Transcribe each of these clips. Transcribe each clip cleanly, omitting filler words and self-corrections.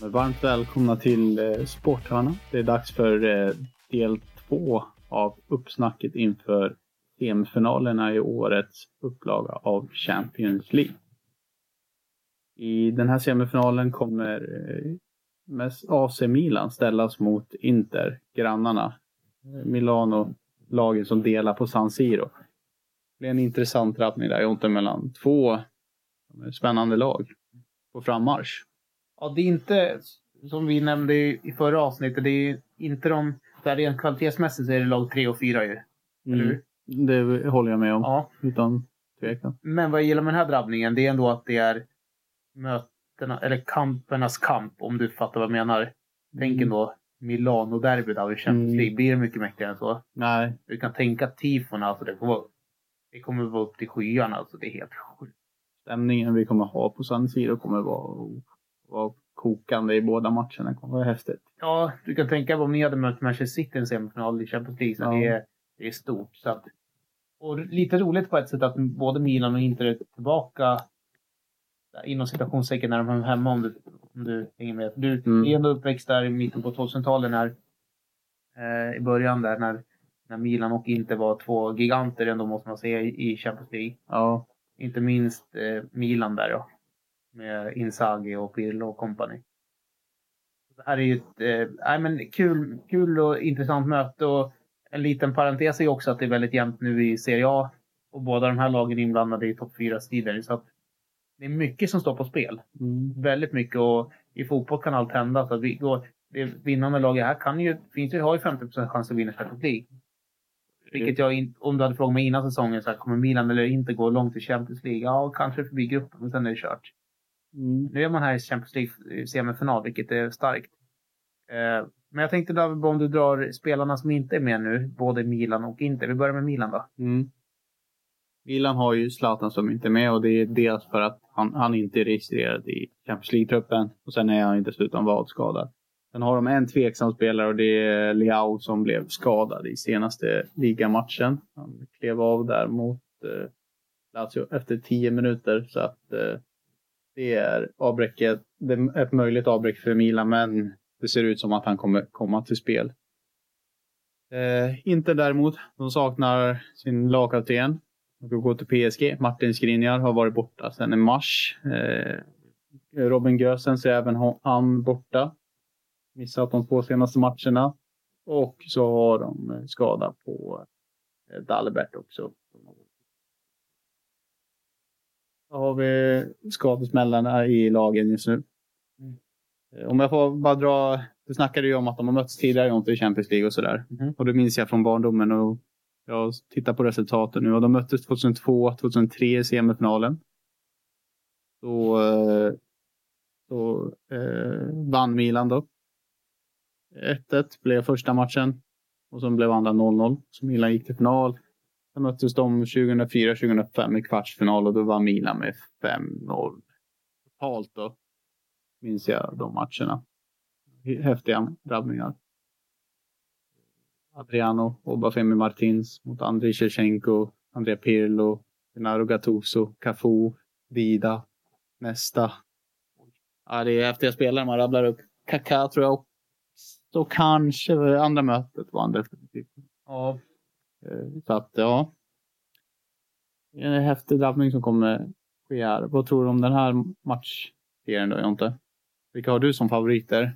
Varmt välkomna till Sporthörnan. Det är dags för del 2 av uppsnacket inför semifinalerna i årets upplaga av Champions League. I den här semifinalen kommer AC Milan ställas mot Inter, grannarna. Milano, lagen som delar på San Siro. Det är en intressant rappning där, inte mellan två spännande lag på frammarsch. Ja, det är inte, som vi nämnde i förra avsnittet, det är inte de, där rent kvalitetsmässigt så är det lag 3 och 4 ju. Eller hur? Det håller jag med om, ja. Utan tvekan. Men vad jag gillar med den här drabbningen, det är ändå att det är mötena, eller kampernas kamp, om du fattar vad jag menar. Tänk ändå Milano-derbyt av Champions League, blir det mycket mäktigare än så? Nej. Du kan tänka tifona, alltså det kommer vara upp till skyarna, alltså det är helt sjukt. Stämningen vi kommer ha på San Siro kommer vara kokande i båda matcherna. Det kommer vara häftigt. Ja, du kan tänka om ni hade mött Manchester City i en semifinal i Champions League. Så det är stort. Så att, och lite roligt på ett sätt att både Milan och Inter är tillbaka inom citationstecken när de är hemma, om du hänger med. Du är ändå uppväxt där i mitten på 2000-talet i början där när Milan och Inter var två giganter ändå, måste man säga, i Champions League. Ja. Inte minst Milan där då. Med Inzaghi och Pirlo och company. Det här är ju ett kul och intressant möte. Och en liten parentes är också att det är väldigt jämnt nu i Serie A. Och båda de här lagen är inblandade i topp 4-strider. Så att det är mycket som står på spel. Väldigt mycket, och i fotboll kan allt hända. Så att det vinnande laget här har ju 50% chans att vinna Champions League. Vilket om du hade frågat mig innan säsongen så här, kommer Milan eller inte gå långt i Champions League? Ja, kanske förbi gruppen, men sen är det kört. Nu är man här i Champions League semifinal, vilket är starkt. Men jag tänkte då, om du drar spelarna som inte är med nu, både Milan och Inter. Vi börjar med Milan då. Milan har ju Zlatan som inte är med, och det är dels för att han inte är registrerad i Champions League-truppen. Och sen är han dessutom vadskadad. Sen har de en tveksam spelare, och det är Leao som blev skadad i senaste ligamatchen. Han klev av där mot Lazio efter 10 minuter, så att det är avbräcket. Det är ett möjligt avbräck för Milan, men det ser ut som att han kommer komma till spel. Inte däremot, de saknar sin lagkapten. De går till PSG. Martin Skriniar har varit borta sedan i mars. Robin Gosens är även han borta. Missat de 2 senaste matcherna. Och så har de skada på Dalbert också. Då har vi skadesmällarna i lagen just nu. Om jag får bara du snackade ju om att de har mötts tidigare inte i Champions League och sådär. Och det minns jag från barndomen, och jag tittar på resultaten nu. Och de möttes 2002-2003 i semifinalen. Då vann Milan då. 1-1 blev första matchen. Och så blev andra 0-0. Så Milan gick till final. Sen möttes de 2004-2005 i kvartsfinal, och då var Milan med 5-0 totalt då. Minns jag de matcherna. Häftiga drabbningar. Adriano, Obafemi Martins mot Andriy Shevchenko, Andrea Pirlo, Gennaro Gattuso, Cafu, Dida, Nesta. Ja, det är häftiga spelare man rabblar upp. Kaká tror jag. Så kanske andra mötet var andra. Ja. Så att ja. Det är en häftig drabbning som kommer ske här. Vad tror du om den här matchserien då, Jonte? Vilka har du som favoriter?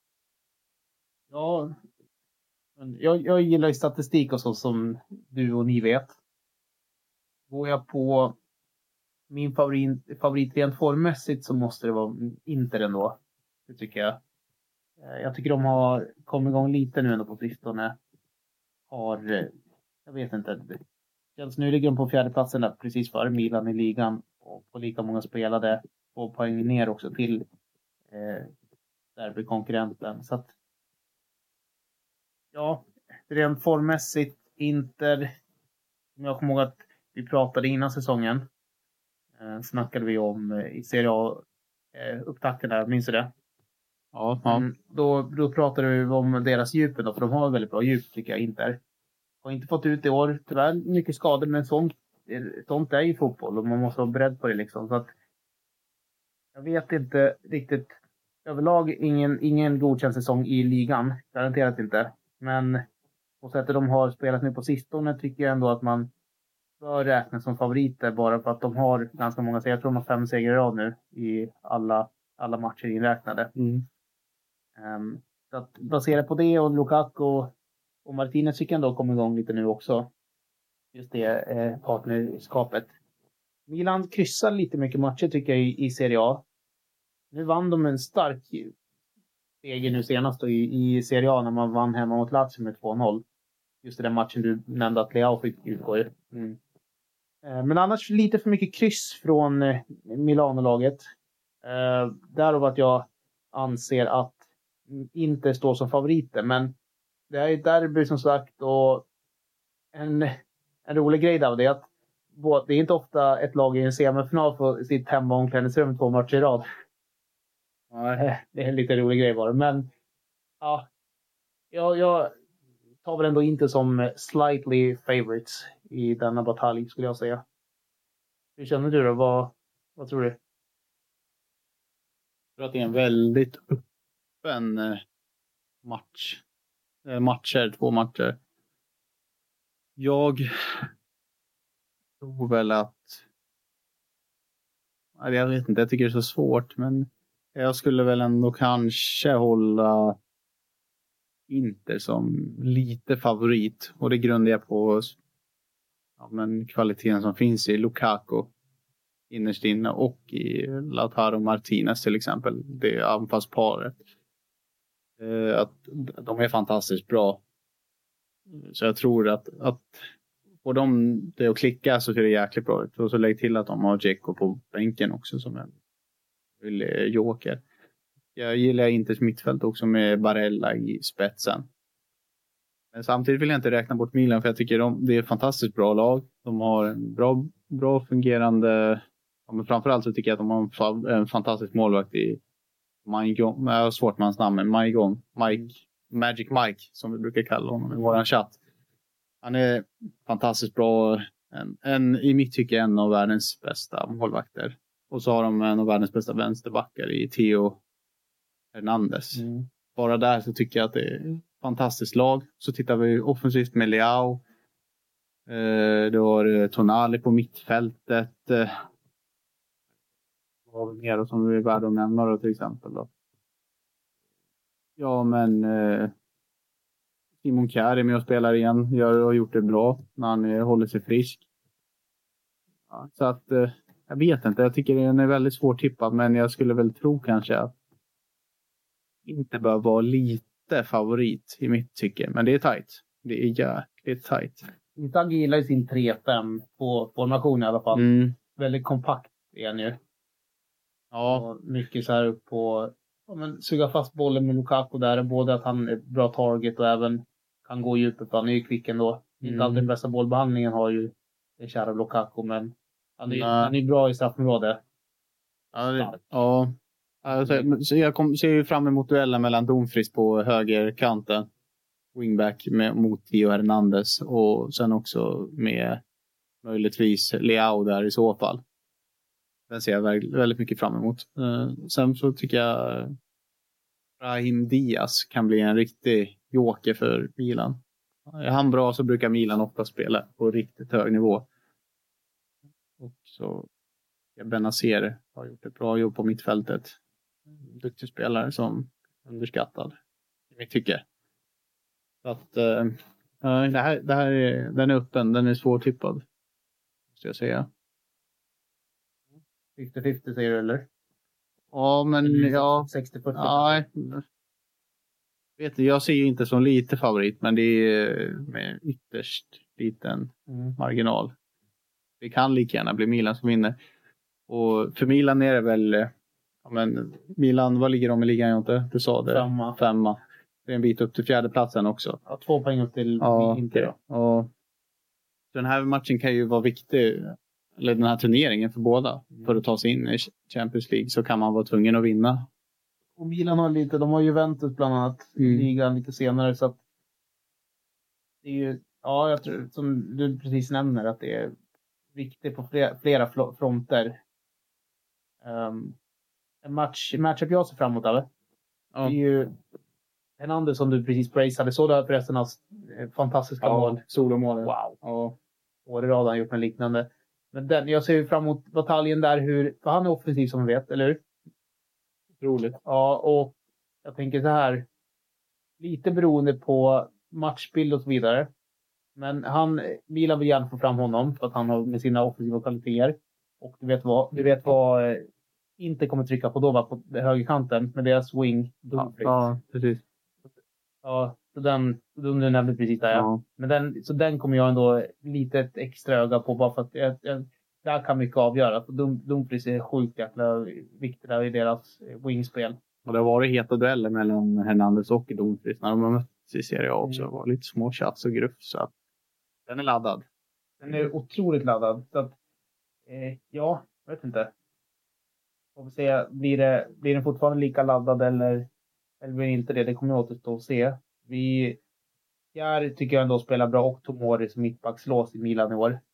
Ja, jag gillar ju statistik och så, som du och ni vet. Går jag på min favorit rent formmässigt, så måste det vara Inter ändå. Det tycker jag. Jag tycker de har kommit igång lite nu ändå på sistone. Jag vet inte. Nu ligger de på 4:e platsen där, precis före Milan i ligan. Och på lika många spelade. Och poäng ner också till derbykonkurrenten. Så att ja, rent formmässigt Inter. Jag kommer ihåg att vi pratade innan säsongen. Snackade vi om i Serie A upptakten där, minns du det? Ja. Då pratade vi om deras djup då, för de har väldigt bra djup tycker jag, Inter. Har inte fått ut i år, tyvärr mycket skador, men sånt är ju fotboll och man måste vara beredd på det liksom. Så att jag vet inte riktigt överlag ingen godkänd säsong i ligan. Garanterat inte. Men på sättet de har spelat nu på sistone tycker jag ändå att man bör räknas som favoriter bara för att de har ganska många segrar. Jag tror de har 5 segrar i rad nu i alla matcher inräknade. Så att baserat på det och Lukaku och Martinez tycker jag ändå kommer igång lite nu också. Just det partnerskapet. Milan kryssar lite mycket matcher tycker jag i Serie A. Nu vann de en stark seger nu senast då, i Serie A när man vann hemma mot Lazio med 2-0. Just den matchen du nämnde att Leao fick utgå i. Men annars lite för mycket kryss från Milano-laget. Därav att jag anser att inte står som favoriter. Men det är ett derby som sagt och en rolig grej där det är att det är inte ofta ett lag i en semifinal får sitt hemma omklädningsrum 2 matcher i rad. Det är en lite rolig grej bara. Men ja, jag tar väl ändå inte som slightly favorites i denna batalj skulle jag säga. Hur känner du då? Vad tror du? Jag tror att det är en väldigt öppen match. 2 matcher. Jag tror väl att... Jag vet inte, jag tycker det är så svårt. Men jag skulle väl ändå kanske hålla Inter som lite favorit. Och det grundar jag på kvaliteten som finns i Lukaku innerst inne och i Lautaro Martinez till exempel. Det anfallsparet. Att de är fantastiskt bra. Så jag tror att får de det att klicka så ser det jäkligt bra ut. Och så lägg till att de har Dzeko på bänken också som en joker. Jag gillar Inters mittfält också med Barella i spetsen. Men samtidigt vill jag inte räkna bort Milan för jag tycker det är ett fantastiskt bra lag. De har en bra fungerande... Ja, men framförallt så tycker jag att de har en fantastisk målvakt i Maigong. Jag har svårt med hans namn, men Maigong. Magic Mike som vi brukar kalla honom i våran chatt. Han är fantastiskt bra. I mitt tycke en av världens bästa målvakter. Och så har de en av världens bästa vänsterbackar i Theo Hernandez. Bara där så tycker jag att det är ett fantastiskt lag. Så tittar vi offensivt med Leao. Du har Tonali på mittfältet. Vad har vi mer som vi är värda att nämna då, till exempel då? Ja, men Simon Kjær är med och spelar igen. Har gjort det bra när han håller sig frisk. Ja, så att jag vet inte. Jag tycker den är väldigt svårtippad. Men jag skulle väl tro kanske att inte bör vara lite favorit i mitt tycke. Men det är tajt. Det är jäkligt tajt. Inzaghi gillar ju sin 3-5 på formation i alla fall. Väldigt kompakt är han ju. Ja. Och mycket så här på suga fast bollen med Lukaku där. Både att han är bra target och även kan gå djupet. Han är ju kvick ändå. Inte alltid den bästa bollbehandlingen har ju den kära Lukaku. Men han är bra i straffområdet. Ja. Så jag ser ju fram emot duellen mellan Dumfries på högerkanten. Wingback mot Theo Hernandez. Och sen också med möjligtvis Leao där i så fall. Den ser jag väldigt mycket fram emot. Sen så tycker jag Brahim Diaz kan bli en riktig joker för Milan. Är han bra så brukar Milan ofta spela på riktigt hög nivå. Och så Benazer har gjort ett bra jobb på mittfältet. Duktig spelare som underskattad i mitt tycke. Så att den är öppen, den är svårtippad. Måste jag säga. 50-50 säger du eller? Ja, men 60-40. Nej. Jag ser ju inte som lite favorit, men det är med ytterst liten marginal. Det kan lika gärna bli Milan som vinner. Och för Milan är det väl Milan, vad ligger de i ligan inte? Du sa det. 5. Det är en bit upp till 4:e platsen också. Ja, 2 poäng upp till Inter. Och den här matchen kan ju vara viktig, eller den här turneringen för båda. För att ta sig in i Champions League så kan man vara tvungen att vinna. Och Milan har de har Juventus bland annat i ligan lite senare. Så att det är ju, jag tror som du precis nämner att det är viktigt på flera fronter. en matchup jag ser fram emot, eller? Ja. Det är ju Hernandez som du precis praisade. Så du förresten hans fantastiska mål. Solomål. Wow. Ja. År i rad har han gjort med liknande. Men jag ser ju fram emot bataljen där. För han är offensiv som vi vet, eller hur? Otroligt. Ja, och jag tänker så här. Lite beroende på matchbild och så vidare. Men Milan vill gärna få fram honom för att han har med sina offensiva kvaliteter. Och du vet vad inte kommer trycka på då, va, på högerkanten med deras wing. Ja, precis. Ja, så du nämnde precis där. Ja. Men den kommer jag ändå lite ett extra öga på bara för att där kan mycket avgöra. Dumfries är sjukt jäkla viktigt där i deras wingspel. Och det har varit heta dueller mellan Hernandez och Dumfries när de har mötts i Serie A också. Det var lite små tjafs och gruff, så att den är laddad. Den är otroligt laddad. Så att, ja, jag vet inte. Får vi se, blir den fortfarande lika laddad eller blir inte det? Det kommer återstå att se. Här tycker jag ändå spelar bra och Tomori som mittbackslås i Milan i år.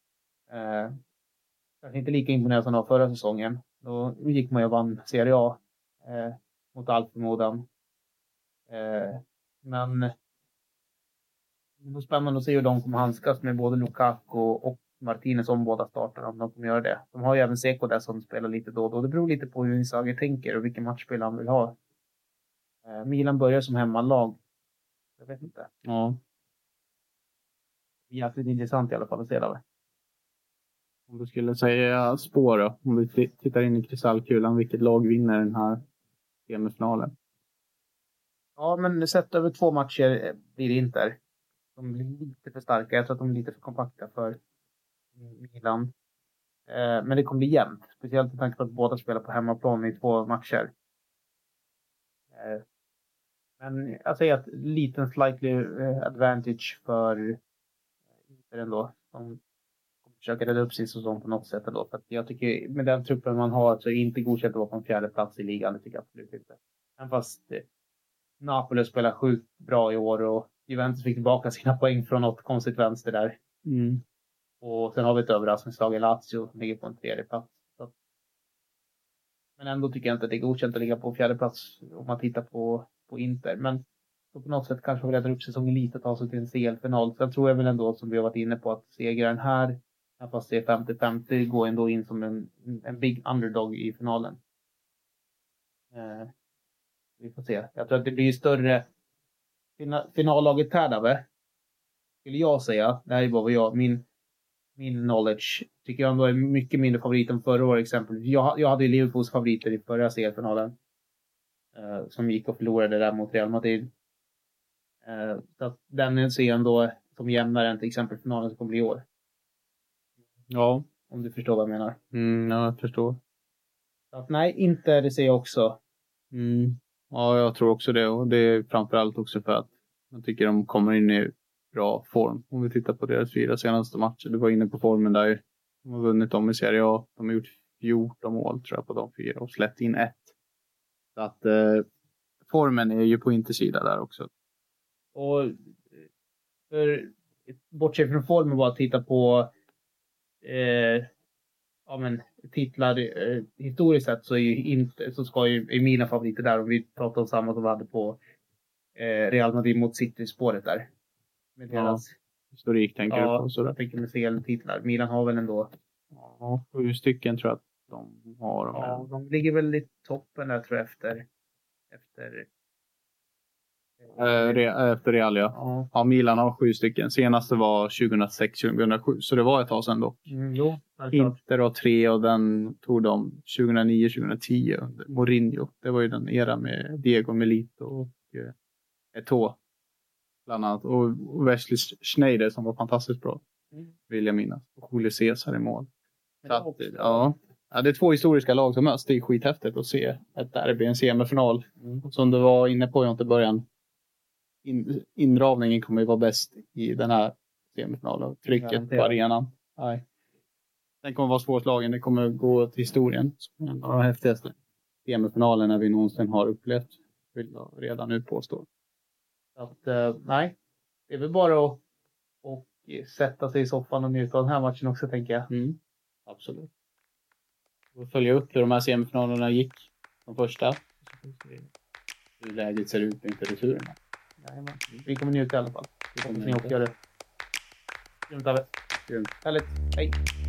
Kanske inte lika imponerad som av förra säsongen. Då gick man ju och vann Serie A mot all förmodan. Men det är spännande att se hur de kommer handskas med både Lukaku och Martinez om båda startar, om de kommer göra det. De har ju även Seko där som spelar lite då och då. Det beror lite på hur Inzaghi tänker och vilken matchspel han vill ha. Milan börjar som hemmalag. Jag vet inte. Ja. Jäkligt intressant i alla fall att se det. Om du skulle säga spår då, om vi tittar in i kristallkulan, vilket lag vinner den här semifinalen? Ja, men sett över 2 matcher blir det Inter. De blir lite för starka. Jag tror att de är lite för kompakta för Milan. Men det kommer bli jämnt. Speciellt med tanke på att båda spelar på hemmaplan i 2 matcher. Men jag säger att liten slightly advantage för Inter ändå. De försöker rädda upp sin säsong på något sätt ändå. För att jag tycker med den truppen man har så är det inte godkänt att vara på en 4:e plats i ligan. Det tycker jag absolut inte. Även fast Napoli spelar sjukt bra i år och Juventus fick tillbaka sina poäng från något konstigt vänster där. Mm. Och sen har vi ett överraskningslag i Lazio som ligger på en 3:e plats. Så. Men ändå tycker jag inte att det är godkänt att ligga på 4:e plats om man tittar på Inter. Men på något sätt kanske vi räddar upp säsongen lite och tar sig till en CL-final. Sen tror jag väl ändå, som vi har varit inne på, att segraren här, fast det är 50-50, går ändå in som en big underdog i finalen. Vi får se. Jag tror att det blir större finallaget här där, skulle jag säga. Det här är bara vad min knowledge tycker jag ändå är mycket mindre favorit än förra året exempel. Jag hade ju Liverpools favoriter i förra CL-finalen. Som gick och förlorade där mot Real Madrid. Så att den ser jag ändå som jämnare än till exempel finalen som kommer bli i år. Ja. Om du förstår vad jag menar. Ja, jag förstår. Så att, nej, inte det ser jag också. Ja, jag tror också det. Och det är framförallt också för att jag tycker de kommer in i bra form. Om vi tittar på deras 4 senaste matcher. Du var inne på formen där. De har vunnit dem i Serie A. De har gjort 14 mål tror jag på de 4 och släppt in 1. Så att formen är ju på Intersida där också. Och bortsett från formen, bara titta på titlar historiskt sett så är ju inte, så ska ju är mina favoriter där, om vi pratar om samma som vi hade på Real Madrid mot City-spåret där. Med deras historik tänker du på. Så jag tänker med CL-titlar. Milan har väl ändå 7 stycken tror jag att de har. Ja, de ligger väl i toppen där tror jag efter Real, ja. Ja, Milan har 7 stycken. Senaste var 2006-2007, så det var ett tag sedan då. Jo, Inter har 3 och den tog de 2009-2010 Mourinho. Det var ju den era med Diego Milito och Eto'o bland annat. Och Wesley Schneider som var fantastiskt bra. Vill jag minnas. Och Julio Cesar i mål. Så att, ja, det är 2 historiska lag som möts. Det är skithäftigt att se ett derby, en semifinal. Som du var inne på i början. Inramningen kommer ju vara bäst i den här semifinalen. Trycket på arenan. Nej. Den kommer vara svårslagen. Det kommer gå till historien. Som en av de häftigaste semifinalerna vi någonsin har upplevt. Vill jag redan nu påstå. Så att, nej. Det är väl bara att sätta sig i soffan och njuta av den här matchen också, tänker jag. Absolut. Och följa upp hur de här semifinalerna gick. som första. Så får vi se hur läget ser ut inför returerna. Jajamän. Vi kommer njuta i alla fall. Vi hoppas ni också gör det. Grymt, Abbe. Grymt. Härligt. Hej.